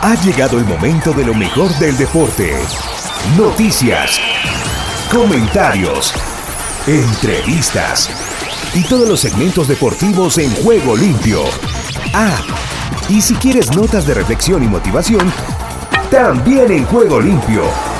Ha llegado el momento de lo mejor del deporte. Noticias, comentarios, entrevistas y todos los segmentos deportivos en Juego Limpio. Ah, y si quieres notas de reflexión y motivación, también en Juego Limpio.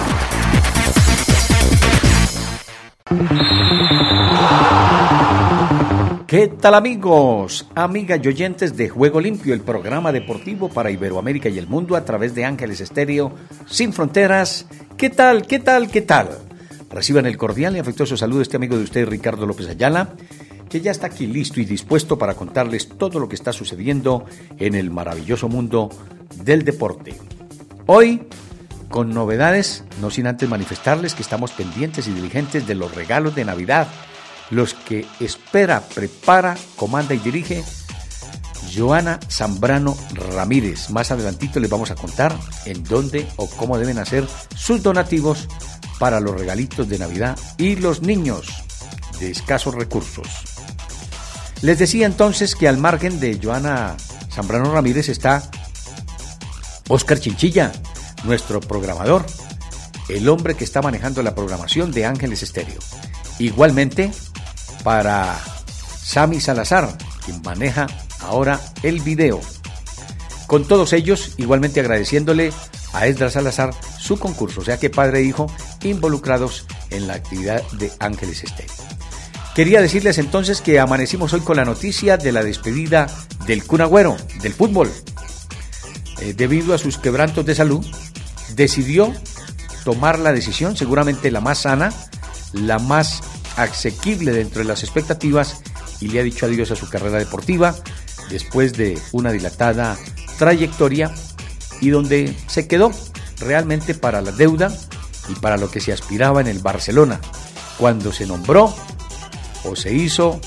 ¿Qué tal, amigos, amigas y oyentes de Juego Limpio, el programa deportivo para Iberoamérica y el mundo a través de Ángeles Estéreo Sin Fronteras? ¿Qué tal? Reciban el cordial y afectuoso saludo de este amigo de ustedes, Ricardo López Ayala, que ya está aquí listo y dispuesto para contarles todo lo que está sucediendo en el maravilloso mundo del deporte. Hoy, con novedades, no sin antes manifestarles que estamos pendientes y diligentes de los regalos de Navidad, los que espera, prepara, comanda y dirige Joana Zambrano Ramírez. Más adelantito les vamos a contar en dónde o cómo deben hacer sus donativos para los regalitos de Navidad y los niños de escasos recursos. Les decía entonces que al margen de Joana Zambrano Ramírez está Oscar Chinchilla, nuestro programador, el hombre que está manejando la programación de Ángeles Estéreo. Igualmente para Sammy Salazar, quien maneja ahora el video. Con todos ellos, igualmente agradeciéndole a Esdras Salazar su concurso, o sea que padre e hijo involucrados en la actividad de Ángeles Estéreo. Quería decirles entonces que amanecimos hoy con la noticia de la despedida del Kun Agüero, del fútbol. Debido a sus quebrantos de salud, decidió tomar la decisión, seguramente la más sana, la más asequible dentro de las expectativas, y le ha dicho adiós a su carrera deportiva después de una dilatada trayectoria y donde se quedó realmente para la deuda y para lo que se aspiraba en el Barcelona. Cuando se nombró o se hizo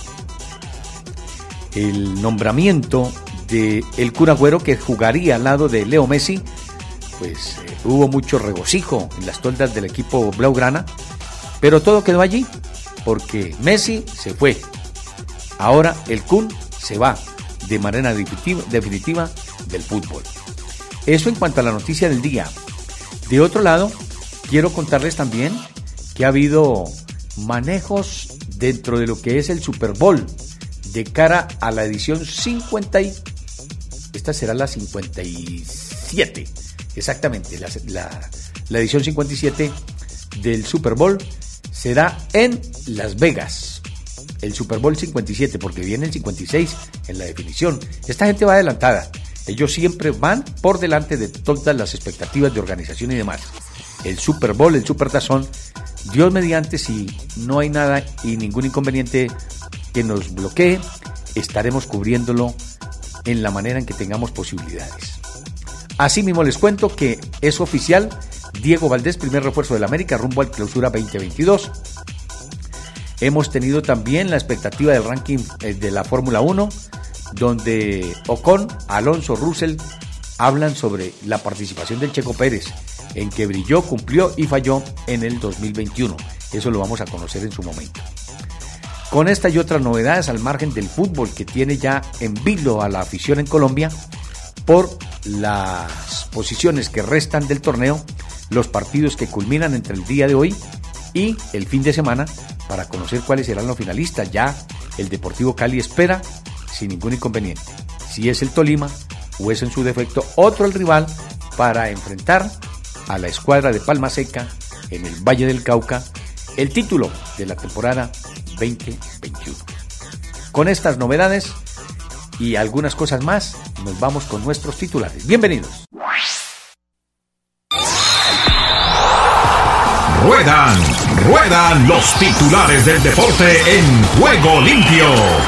el nombramiento de el Kun Agüero, que jugaría al lado de Leo Messi, pues hubo mucho regocijo en las toldas del equipo blaugrana, pero todo quedó allí, porque Messi se fue. Ahora el Kun se va de manera definitiva del fútbol. Eso en cuanto a la noticia del día. De otro lado, quiero contarles también que ha habido manejos dentro de lo que es el Super Bowl de cara a la edición 50 y... esta será la 57, exactamente, la edición 57 del Super Bowl será en Las Vegas. El Super Bowl 57, porque viene el 56 en la definición. Esta gente va adelantada. Ellos siempre van por delante de todas las expectativas de organización y demás. El Super Bowl, el Super Tazón, Dios mediante, si no hay nada y ningún inconveniente que nos bloquee, estaremos cubriéndolo en la manera en que tengamos posibilidades. Asimismo les cuento que es oficial Diego Valdés, primer refuerzo del América rumbo al Clausura 2022. Hemos tenido también la expectativa del ranking de la Fórmula 1, donde Ocon, Alonso, Russell hablan sobre la participación del Checo Pérez, en que brilló, cumplió y falló en el 2021. Eso lo vamos a conocer en su momento. Con esta y otras novedades al margen del fútbol, que tiene ya en vilo a la afición en Colombia por las posiciones que restan del torneo, los partidos que culminan entre el día de hoy y el fin de semana, para conocer cuáles serán los finalistas. Ya el Deportivo Cali espera sin ningún inconveniente si es el Tolima o es en su defecto otro el rival para enfrentar a la escuadra de Palma Seca en el Valle del Cauca, el título de la temporada 2021. Con estas novedades y algunas cosas más, nos vamos con nuestros titulares. Bienvenidos. Ruedan los titulares del deporte en Juego Limpio.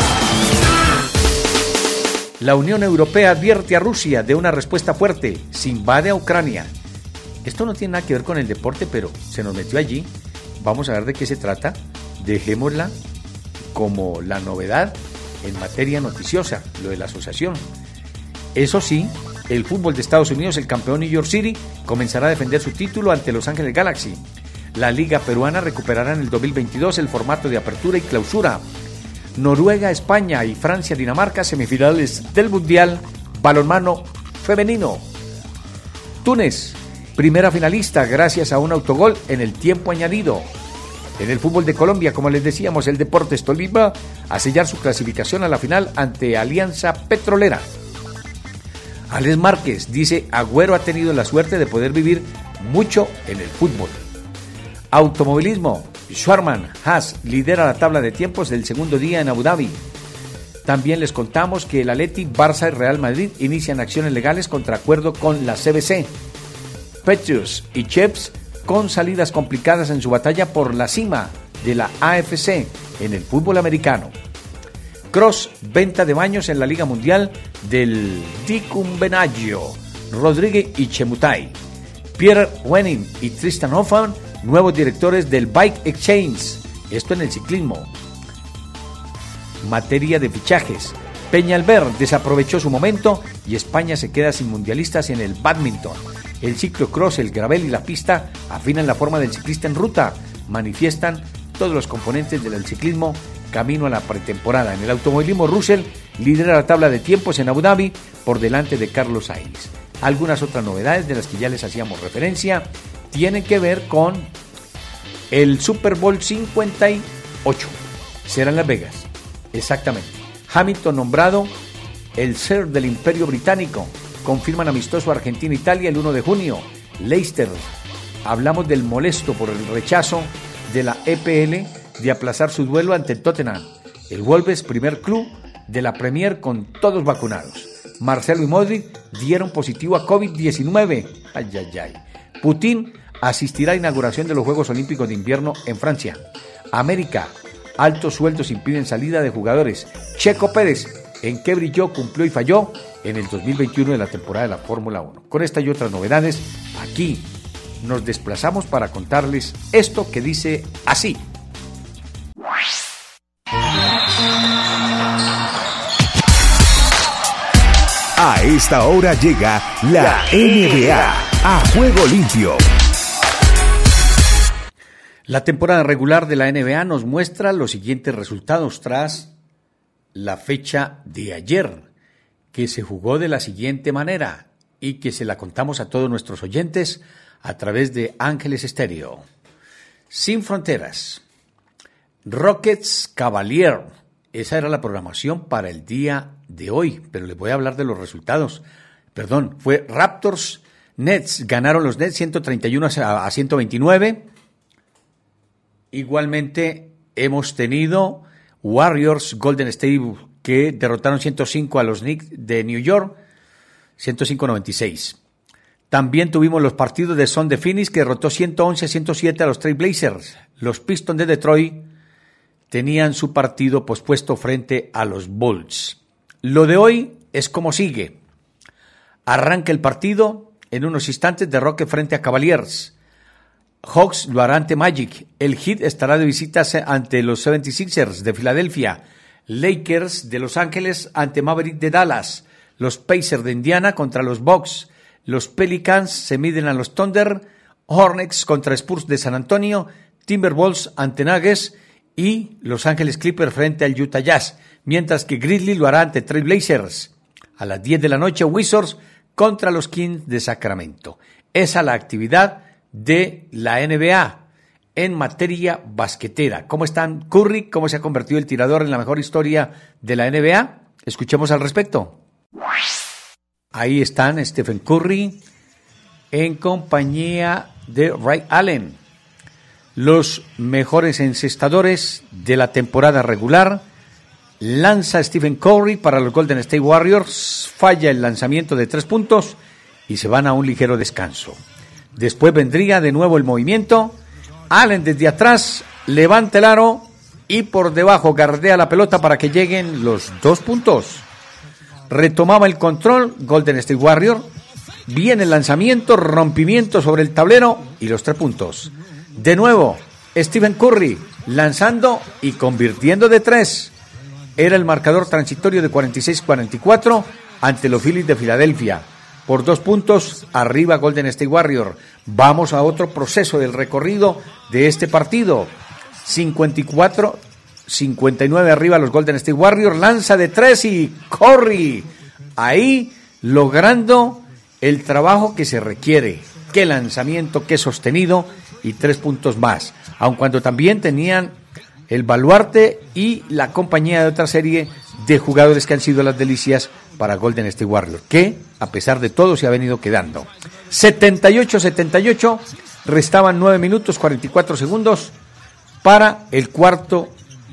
La Unión Europea advierte a Rusia de una respuesta fuerte si invade a Ucrania. Esto no tiene nada que ver con el deporte, pero se nos metió allí. Vamos a ver de qué se trata. Dejémosla como la novedad en materia noticiosa, lo de la asociación. Eso sí, el fútbol de Estados Unidos, el campeón New York City, comenzará a defender su título ante Los Ángeles Galaxy. La Liga Peruana recuperará en el 2022 el formato de apertura y clausura. Noruega, España y Francia, Dinamarca, semifinales del Mundial Balonmano Femenino. Túnez, primera finalista gracias a un autogol en el tiempo añadido. En el fútbol de Colombia, como les decíamos, el Deportes Tolima a sellar su clasificación a la final ante Alianza Petrolera. Alex Márquez dice: Agüero ha tenido la suerte de poder vivir mucho en el fútbol. Automovilismo, Schwarman Haas lidera la tabla de tiempos del segundo día en Abu Dhabi. También les contamos que el Atleti, Barça y Real Madrid inician acciones legales contra acuerdo con la CBC. Patriots y Chiefs con salidas complicadas en su batalla por la cima de la AFC en el fútbol americano. Cross, venta de baños en la Liga Mundial del Dicumbenaggio, Rodríguez y Chemutai. Pierre Wenning y Tristan Hoffman, nuevos directores del Bike Exchange, esto en el ciclismo. Materia de fichajes, Peñalver desaprovechó su momento y España se queda sin mundialistas en el bádminton. El ciclocross, el gravel y la pista afinan la forma del ciclista en ruta, manifiestan todos los componentes del ciclismo camino a la pretemporada. En el automovilismo, Russell lidera la tabla de tiempos en Abu Dhabi por delante de Carlos Sainz. Algunas otras novedades de las que ya les hacíamos referencia tienen que ver con el Super Bowl 58. Será en Las Vegas, exactamente. Hamilton nombrado el Sir del Imperio Británico. Confirman amistoso Argentina-Italia el 1 de junio. Leicester, hablamos del molesto por el rechazo de la EPL de aplazar su duelo ante el Tottenham. El Wolves, primer club de la Premier con todos vacunados. Marcelo y Modric dieron positivo a COVID-19. Ay, ay, ay. Putin asistirá a inauguración de los Juegos Olímpicos de Invierno en Francia. América, altos sueldos impiden salida de jugadores. Checo Pérez, en qué brilló, cumplió y falló en el 2021 de la temporada de la Fórmula 1. Con esta y otras novedades, aquí nos desplazamos para contarles esto que dice así. A esta hora llega la NBA a Juego Limpio. La temporada regular de la NBA nos muestra los siguientes resultados tras la fecha de ayer, que se jugó de la siguiente manera y que se la contamos a todos nuestros oyentes a través de Ángeles Estéreo. Sin Fronteras, Rockets Cavaliers, esa era la programación para el día de hoy, pero les voy a hablar de los resultados. Perdón, fue Raptors Nets, ganaron los Nets 131 a 129. Igualmente hemos tenido Warriors Golden State, que derrotaron 105 a los Knicks de New York, 105-96. También tuvimos los partidos de Son de Phoenix, que derrotó 111-107 a los Trail Blazers. Los Pistons de Detroit tenían su partido pospuesto frente a los Bulls. Lo de hoy es como sigue. Arranca el partido en unos instantes de Rockets frente a Cavaliers. Hawks lo hará ante Magic. El Heat estará de visita ante los 76ers de Filadelfia. Lakers de Los Ángeles ante Maverick de Dallas. Los Pacers de Indiana contra los Bucks. Los Pelicans se miden a los Thunder. Hornets contra Spurs de San Antonio. Timberwolves ante Nuggets. Y Los Ángeles Clippers frente al Utah Jazz. Mientras que Grizzlies lo hará ante Trail Blazers. A las 10 de la noche, Wizards contra los Kings de Sacramento. Esa es la actividad de la NBA en materia basquetera. ¿Cómo están Curry? ¿Cómo se ha convertido el tirador en la mejor historia de la NBA? Escuchemos al respecto. Ahí están Stephen Curry en compañía de Ray Allen. Los mejores encestadores de la temporada regular. Lanza Stephen Curry para los Golden State Warriors, falla el lanzamiento de 3 puntos y se van a un ligero descanso. Después vendría de nuevo el movimiento. Allen desde atrás levanta el aro y por debajo gardea la pelota para que lleguen los 2 puntos. Retomaba el control Golden State Warriors. Viene el lanzamiento, rompimiento sobre el tablero y los 3 puntos. De nuevo, Stephen Curry lanzando y convirtiendo de 3. Era el marcador transitorio de 46-44 ante los Phillies de Filadelfia. Por 2 puntos, arriba Golden State Warriors. Vamos a otro proceso del recorrido de este partido. 54-59 arriba los Golden State Warriors. Lanza de 3 y Curry ahí logrando el trabajo que se requiere, qué lanzamiento, qué sostenido y 3 puntos más, aun cuando también tenían el baluarte y la compañía de otra serie de jugadores que han sido las delicias para Golden State Warriors, que a pesar de todo se ha venido quedando. 78-78, restaban 9 minutos 44 segundos para el cuarto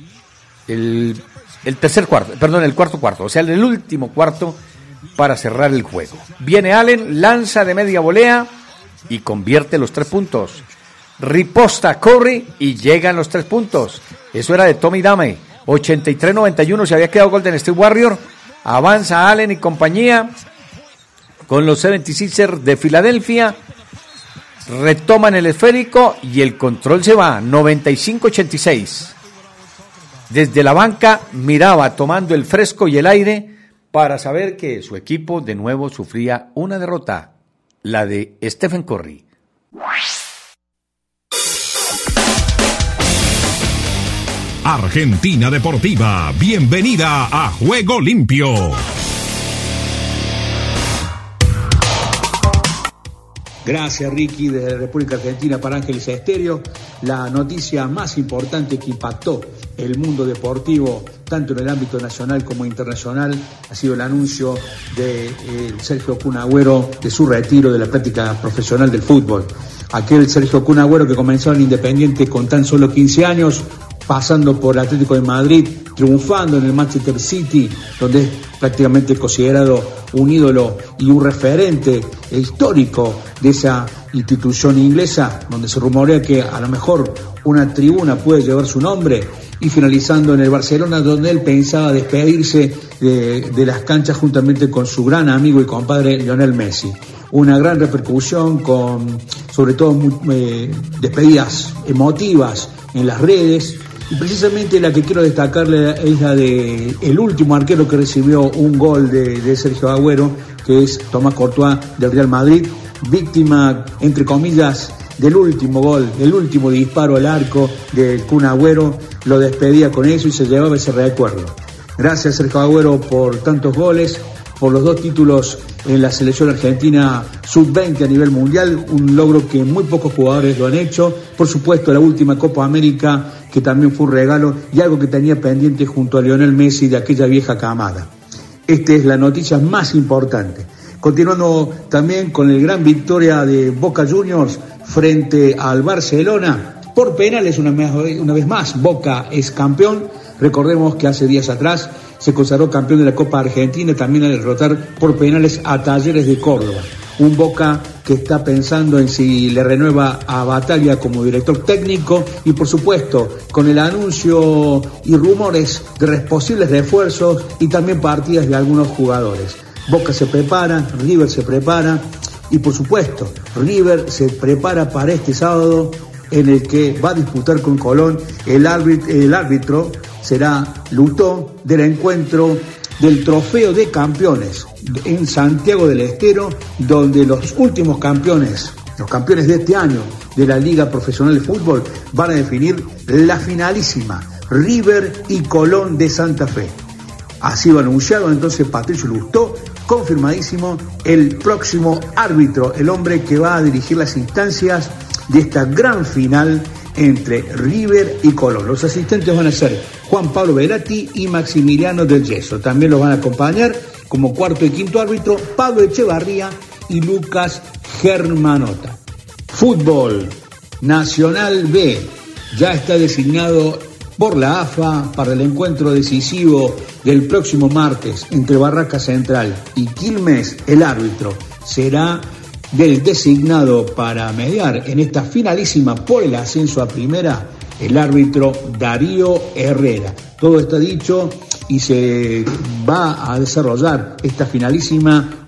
cuarto, o sea, el último cuarto para cerrar el juego. Viene Allen, lanza de media volea y convierte los 3 puntos. Riposta Curry y llegan los 3 puntos. Eso era de Tommy Dame. 83-91 se había quedado Golden State Warriors. Avanza Allen y compañía con los 76ers de Filadelfia. Retoman el esférico y el control se va. 95-86. Desde la banca miraba tomando el fresco y el aire para saber que su equipo de nuevo sufría una derrota, la de Stephen Curry. Argentina Deportiva, bienvenida a Juego Limpio. Gracias, Ricky, desde la República Argentina para Ángeles Estéreo. La noticia más importante que impactó el mundo deportivo, tanto en el ámbito nacional como internacional, ha sido el anuncio de Sergio Kun Agüero de su retiro de la práctica profesional del fútbol. Aquel Sergio Kun Agüero que comenzó en Independiente con tan solo 15 años, pasando por el Atlético de Madrid, triunfando en el Manchester City, donde es prácticamente considerado un ídolo y un referente histórico de esa institución inglesa, donde se rumorea que a lo mejor una tribuna puede llevar su nombre, y finalizando en el Barcelona, donde él pensaba despedirse de las canchas juntamente con su gran amigo y compadre Lionel Messi. Una gran repercusión con, sobre todo, despedidas emotivas en las redes. Y precisamente la que quiero destacarle es la de el último arquero que recibió un gol de Sergio Agüero, que es Tomás Courtois del Real Madrid, víctima, entre comillas, del último gol, el último disparo al arco del Kun Agüero. Lo despedía con eso y se llevaba ese recuerdo. Gracias, Sergio Agüero, por tantos goles, por los 2 títulos en la selección argentina sub-20 a nivel mundial, un logro que muy pocos jugadores lo han hecho. Por supuesto, la última Copa América, que también fue un regalo y algo que tenía pendiente junto a Lionel Messi de aquella vieja camada. Esta es la noticia más importante. Continuando también con el gran victoria de Boca Juniors frente al Barcelona. Por penales, una vez más, Boca es campeón. Recordemos que hace días atrás se consagró campeón de la Copa Argentina, también al derrotar por penales a Talleres de Córdoba. Un Boca que está pensando en si le renueva a Bataglia como director técnico y, por supuesto, con el anuncio y rumores de posibles refuerzos y también partidas de algunos jugadores. Boca se prepara, River se prepara y, por supuesto, River se prepara para este sábado, en el que va a disputar con Colón. El árbitro será Lutó del encuentro del Trofeo de Campeones en Santiago del Estero, donde los últimos campeones, los campeones de este año de la Liga Profesional de Fútbol, van a definir la finalísima, River y Colón de Santa Fe. Ha sido anunciado entonces Patricio Lutó, confirmadísimo, el próximo árbitro, el hombre que va a dirigir las instancias de esta gran final entre River y Colón. Los asistentes van a ser Juan Pablo Veratti y Maximiliano del Yeso. También los van a acompañar como cuarto y quinto árbitro Pablo Echevarría y Lucas Germanota. Fútbol Nacional B ya está designado por la AFA para el encuentro decisivo del próximo martes entre Barraca Central y Quilmes. El árbitro será del designado para mediar en esta finalísima por el ascenso a primera, el árbitro Darío Herrera. Todo está dicho y se va a desarrollar esta finalísima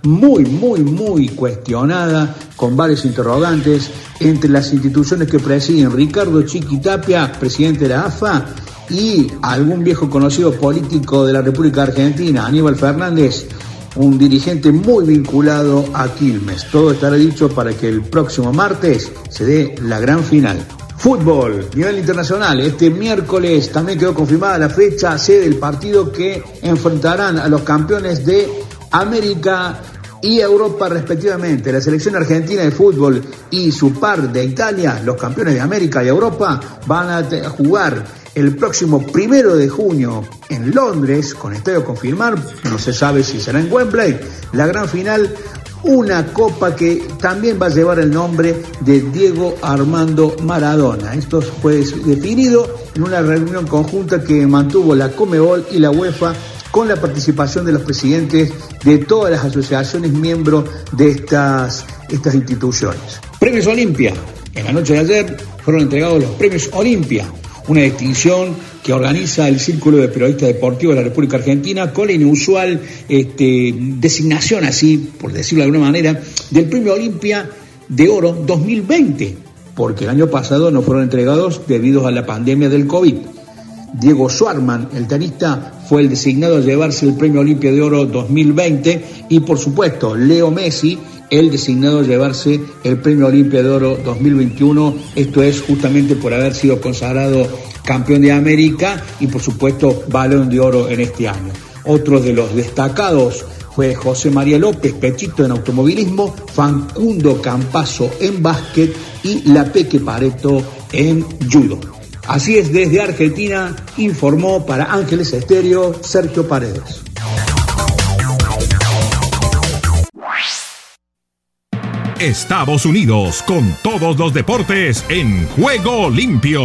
muy cuestionada, con varios interrogantes entre las instituciones que presiden Ricardo Chiqui Tapia, presidente de la AFA, y algún viejo conocido político de la República Argentina, Aníbal Fernández, un dirigente muy vinculado a Quilmes. Todo estará dicho para que el próximo martes se dé la gran final. Fútbol, nivel internacional. Este miércoles también quedó confirmada la fecha C del partido que enfrentarán a los campeones de América y Europa respectivamente. La selección argentina de fútbol y su par de Italia, los campeones de América y Europa, van a jugar el próximo 1 de junio en Londres, con estadio a confirmar, no se sabe si será en Wembley, la gran final, una copa que también va a llevar el nombre de Diego Armando Maradona. Esto fue definido en una reunión conjunta que mantuvo la Conmebol y la UEFA, con la participación de los presidentes de todas las asociaciones miembros de estas instituciones. Premios Olimpia. En la noche de ayer fueron entregados los Premios Olimpia, una distinción que organiza el Círculo de Periodistas Deportivos de la República Argentina, con la inusual designación, así por decirlo de alguna manera, del Premio Olimpia de Oro 2020, porque el año pasado no fueron entregados debido a la pandemia del COVID. Diego Schwartzman, el tenista, fue el designado a llevarse el Premio Olimpia de Oro 2020 y, por supuesto, Leo Messi, el designado a llevarse el Premio Olimpia de Oro 2021, esto es justamente por haber sido consagrado campeón de América y, por supuesto, Balón de Oro en este año. Otro de los destacados fue José María López, Pechito, en automovilismo, Facundo Campazzo en básquet y La Peque Pareto en judo. Así es, desde Argentina informó para Ángeles Estéreo Sergio Paredes. Estados Unidos, con todos los deportes en Juego Limpio.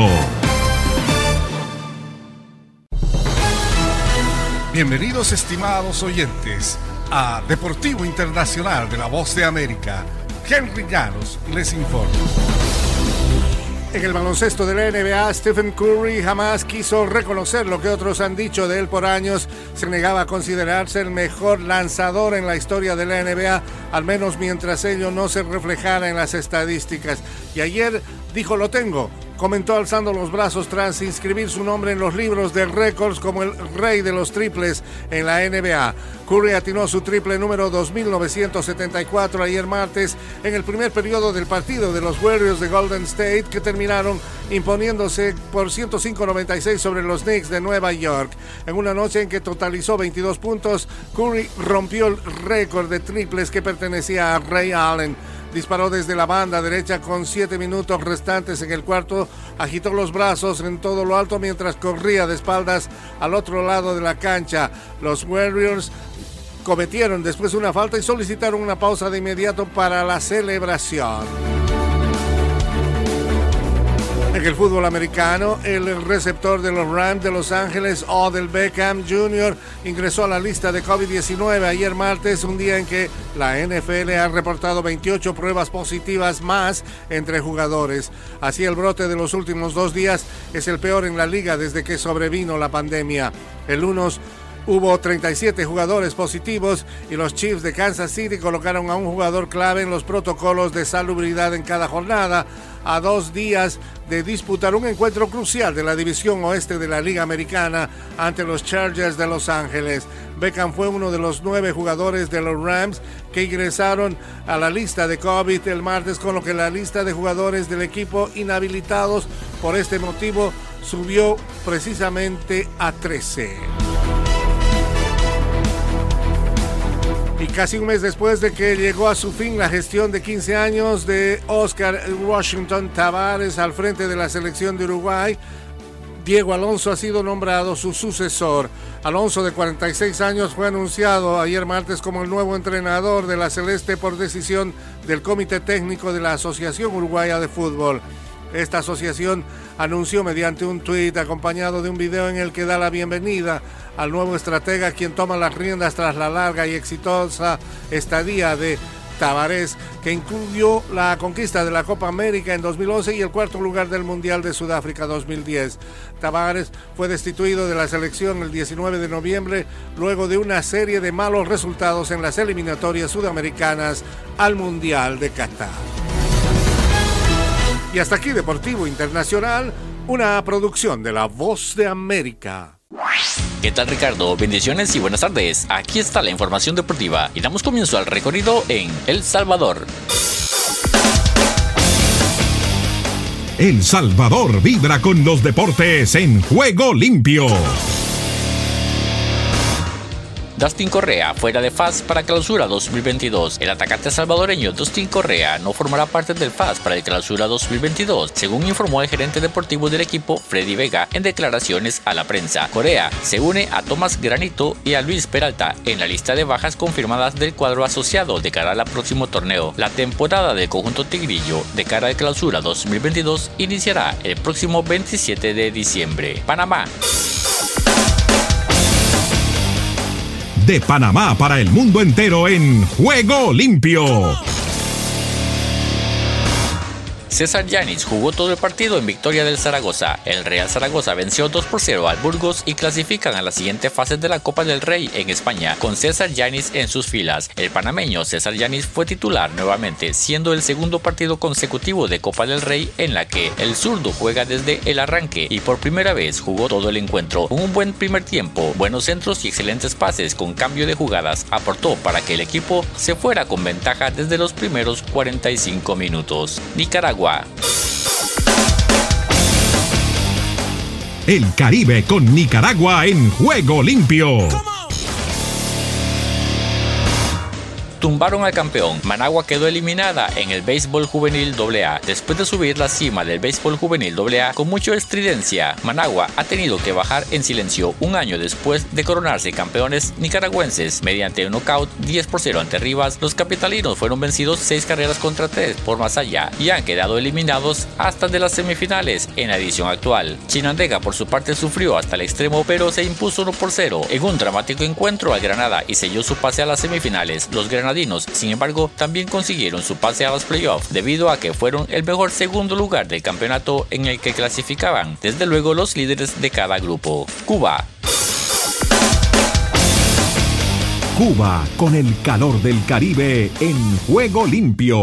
Bienvenidos, estimados oyentes, a Deportivo Internacional de la Voz de América. Henry Llanos les informa. En el baloncesto de la NBA, Stephen Curry jamás quiso reconocer lo que otros han dicho de él por años. Se negaba a considerarse el mejor lanzador en la historia de la NBA, al menos mientras ello no se reflejara en las estadísticas. Y ayer dijo: lo tengo. Comentó alzando los brazos tras inscribir su nombre en los libros de récords como el rey de los triples en la NBA. Curry atinó su triple número 2.974 ayer martes en el primer periodo del partido de los Warriors de Golden State, que terminaron imponiéndose por 105-96 sobre los Knicks de Nueva York. En una noche en que totalizó 22 puntos, Curry rompió el récord de triples que pertenecía a Ray Allen. Disparó desde la banda derecha con 7 minutos restantes en el cuarto, agitó los brazos en todo lo alto mientras corría de espaldas al otro lado de la cancha. Los Warriors cometieron después una falta y solicitaron una pausa de inmediato para la celebración. En el fútbol americano, el receptor de los Rams de Los Ángeles, Odell Beckham Jr., ingresó a la lista de COVID-19 ayer martes, un día en que la NFL ha reportado 28 pruebas positivas más entre jugadores. Así, el brote de los últimos 2 días es el peor en la liga desde que sobrevino la pandemia. El lunes hubo 37 jugadores positivos y los Chiefs de Kansas City colocaron a un jugador clave en los protocolos de salubridad en cada jornada, a 2 días de disputar un encuentro crucial de la división oeste de la Liga Americana ante los Chargers de Los Ángeles. Beckham fue uno de los 9 jugadores de los Rams que ingresaron a la lista de COVID el martes, con lo que la lista de jugadores del equipo inhabilitados por este motivo subió precisamente a 13. Y casi un mes después de que llegó a su fin la gestión de 15 años de Oscar Washington Tabárez al frente de la selección de Uruguay, Diego Alonso ha sido nombrado su sucesor. Alonso, de 46 años, fue anunciado ayer martes como el nuevo entrenador de la Celeste por decisión del Comité Técnico de la Asociación Uruguaya de Fútbol. Esta asociación anunció mediante un tuit acompañado de un video en el que da la bienvenida al nuevo estratega, quien toma las riendas tras la larga y exitosa estadía de Tabárez, que incluyó la conquista de la Copa América en 2011 y el 4º lugar del Mundial de Sudáfrica 2010. Tabárez fue destituido de la selección el 19 de noviembre luego de una serie de malos resultados en las eliminatorias sudamericanas al Mundial de Qatar. Y hasta aquí Deportivo Internacional, una producción de La Voz de América. ¿Qué tal, Ricardo? Bendiciones y buenas tardes. Aquí está la información deportiva y damos comienzo al recorrido en El Salvador. El Salvador vibra con los deportes en Juego Limpio. Dustin Correa fuera de FAS para Clausura 2022. El atacante salvadoreño Dustin Correa no formará parte del FAS para el Clausura 2022, según informó el gerente deportivo del equipo, Freddy Vega, en declaraciones a la prensa. Correa se une a Tomás Granito y a Luis Peralta en la lista de bajas confirmadas del cuadro asociado de cara al próximo torneo. La temporada del conjunto tigrillo de cara al Clausura 2022 iniciará el próximo 27 de diciembre. Panamá. De Panamá para el mundo entero en Juego Limpio. César Yáñez jugó todo el partido en victoria del Zaragoza. El Real Zaragoza venció 2-0 al Burgos y clasifican a la siguiente fase de la Copa del Rey en España, con César Yáñez en sus filas. El panameño César Yáñez fue titular nuevamente, siendo el segundo partido consecutivo de Copa del Rey en la que el zurdo juega desde el arranque y por primera vez jugó todo el encuentro. Con un buen primer tiempo, buenos centros y excelentes pases con cambio de jugadas, aportó para que el equipo se fuera con ventaja desde los primeros 45 minutos. Nicaragua. El Caribe con Nicaragua en Juego Limpio. Tumbaron al campeón. Managua quedó eliminada en el béisbol juvenil AA. Después de subir la cima del béisbol juvenil AA con mucha estridencia, Managua ha tenido que bajar en silencio un año después de coronarse campeones nicaragüenses. Mediante un knockout 10-0 ante Rivas, los capitalinos fueron vencidos 6-3 por Masaya y han quedado eliminados hasta de las semifinales en la edición actual. Chinandega por su parte sufrió hasta el extremo, pero se impuso 1-0 en un dramático encuentro al Granada y selló su pase a las semifinales. Los granadinos, sin embargo, también consiguieron su pase a los playoffs debido a que fueron el mejor segundo lugar del campeonato en el que clasificaban, desde luego, los líderes de cada grupo. Cuba. Cuba con el calor del Caribe en Juego Limpio.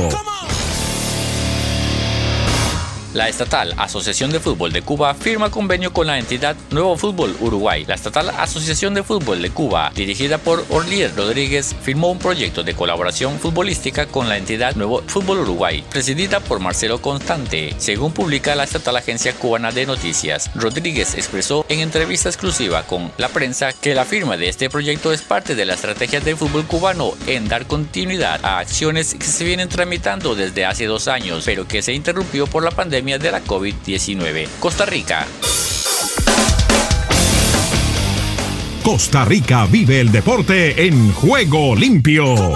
La estatal Asociación de Fútbol de Cuba firma convenio con la entidad Nuevo Fútbol Uruguay. La estatal Asociación de Fútbol de Cuba, dirigida por Orlier Rodríguez, firmó un proyecto de colaboración futbolística con la entidad Nuevo Fútbol Uruguay, presidida por Marcelo Constante, según publica la estatal Agencia Cubana de Noticias. Rodríguez expresó en entrevista exclusiva con la prensa que la firma de este proyecto es parte de la estrategia del fútbol cubano en dar continuidad a acciones que se vienen tramitando desde hace 2 años, pero que se interrumpió por la pandemia de la COVID-19. Costa Rica. Costa Rica vive el deporte en Juego Limpio.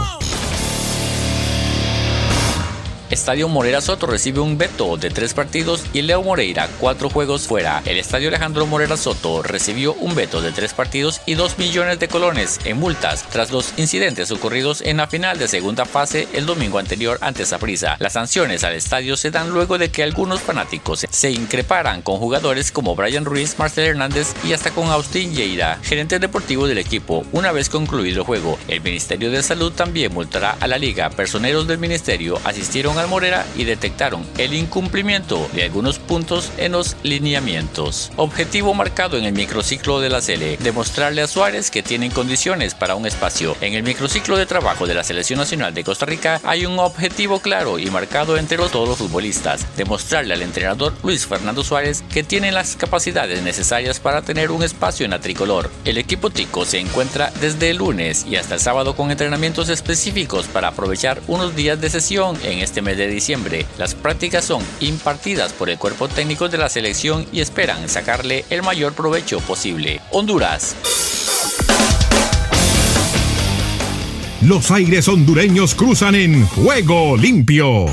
Estadio Moreira Soto recibe un veto de 3 partidos y Leo Moreira 4 juegos fuera. El Estadio Alejandro Moreira Soto recibió un veto de 3 partidos y 2 millones de colones en multas tras los incidentes ocurridos en la final de segunda fase el domingo anterior ante Saprissa. Las sanciones al estadio se dan luego de que algunos fanáticos se increparan con jugadores como Brian Ruiz, Marcel Hernández y hasta con Austin Lleida, gerente deportivo del equipo. Una vez concluido el juego, el Ministerio de Salud también multará a la liga. Personeros del ministerio asistieron al Morera y detectaron el incumplimiento de algunos puntos en los lineamientos. Objetivo marcado en el microciclo de la Sele: demostrarle a Suárez que tienen condiciones para un espacio. En el microciclo de trabajo de la Selección Nacional de Costa Rica hay un objetivo claro y marcado entre todos los futbolistas: demostrarle al entrenador Luis Fernando Suárez que tiene las capacidades necesarias para tener un espacio en la tricolor. El equipo tico se encuentra desde el lunes y hasta el sábado con entrenamientos específicos para aprovechar unos días de sesión en este mes de diciembre. Las prácticas son impartidas por el cuerpo técnico de la selección y esperan sacarle el mayor provecho posible. Honduras. Los aires hondureños cruzan en Juego Limpio.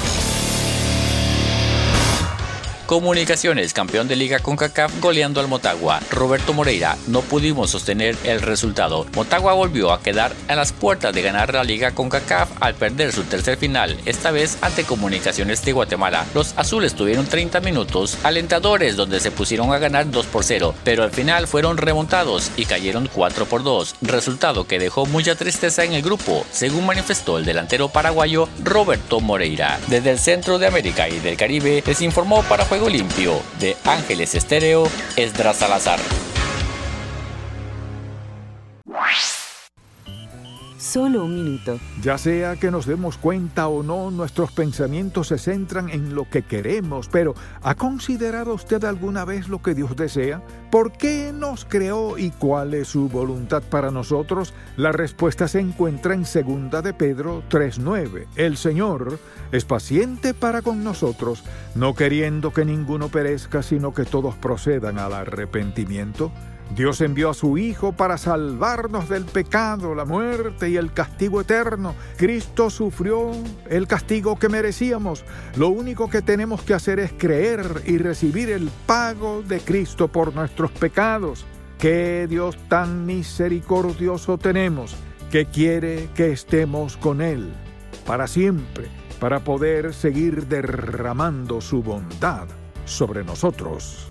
Comunicaciones, campeón de Liga CONCACAF goleando al Motagua. Roberto Moreira: no pudimos sostener el resultado. Motagua volvió a quedar a las puertas de ganar la Liga CONCACAF al perder su tercer final, esta vez ante Comunicaciones de Guatemala. Los azules tuvieron 30 minutos alentadores donde se pusieron a ganar 2-0, pero al final fueron remontados y cayeron 4-2, resultado que dejó mucha tristeza en el grupo, según manifestó el delantero paraguayo Roberto Moreira. Desde el centro de América y del Caribe les informó para Juego Limpio de Ángeles Estéreo, Esdras Salazar. solo un minuto. Ya sea que nos demos cuenta o no, nuestros pensamientos se centran en lo que queremos, pero ¿ha considerado usted alguna vez lo que Dios desea? ¿Por qué nos creó y cuál es su voluntad para nosotros? La respuesta se encuentra en 2 de Pedro 3:9. El Señor es paciente para con nosotros, no queriendo que ninguno perezca, sino que todos procedan al arrepentimiento. Dios envió a su Hijo para salvarnos del pecado, la muerte y el castigo eterno. Cristo sufrió el castigo que merecíamos. Lo único que tenemos que hacer es creer y recibir el pago de Cristo por nuestros pecados. ¡Qué Dios tan misericordioso tenemos, que quiere que estemos con Él para siempre, para poder seguir derramando su bondad sobre nosotros!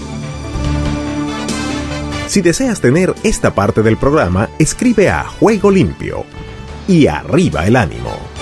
Si deseas tener esta parte del programa, escribe a Juego Limpio. Y arriba el ánimo.